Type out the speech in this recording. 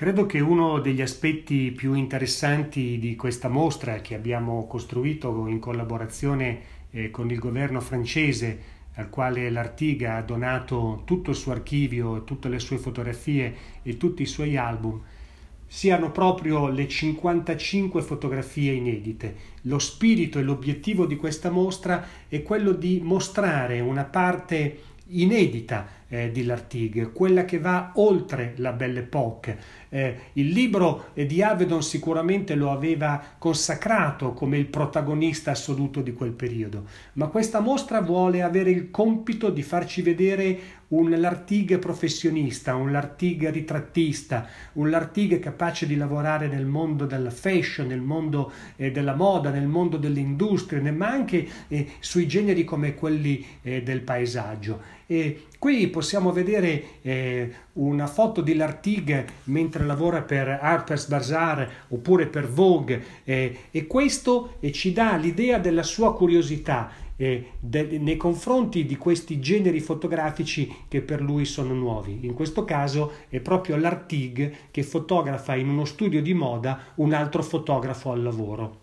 Credo che uno degli aspetti più interessanti di questa mostra che abbiamo costruito in collaborazione con il governo francese, al quale l'Artiga ha donato tutto il suo archivio, tutte le sue fotografie e tutti i suoi album, siano proprio le 55 fotografie inedite. Lo spirito e l'obiettivo di questa mostra è quello di mostrare una parte inedita di Lartigue, quella che va oltre la Belle Époque. Il libro di Avedon sicuramente lo aveva consacrato come il protagonista assoluto di quel periodo, ma questa mostra vuole avere il compito di farci vedere un Lartigue professionista, un Lartigue ritrattista, un Lartigue capace di lavorare nel mondo della fashion, nel mondo della moda, nel mondo delle industrie, ma anche sui generi come quelli del paesaggio. E qui possiamo vedere una foto di Lartigue mentre lavora per Harper's Bazaar oppure per Vogue, e questo ci dà l'idea della sua curiosità nei confronti di questi generi fotografici che per lui sono nuovi. In questo caso è proprio Lartigue che fotografa in uno studio di moda un altro fotografo al lavoro.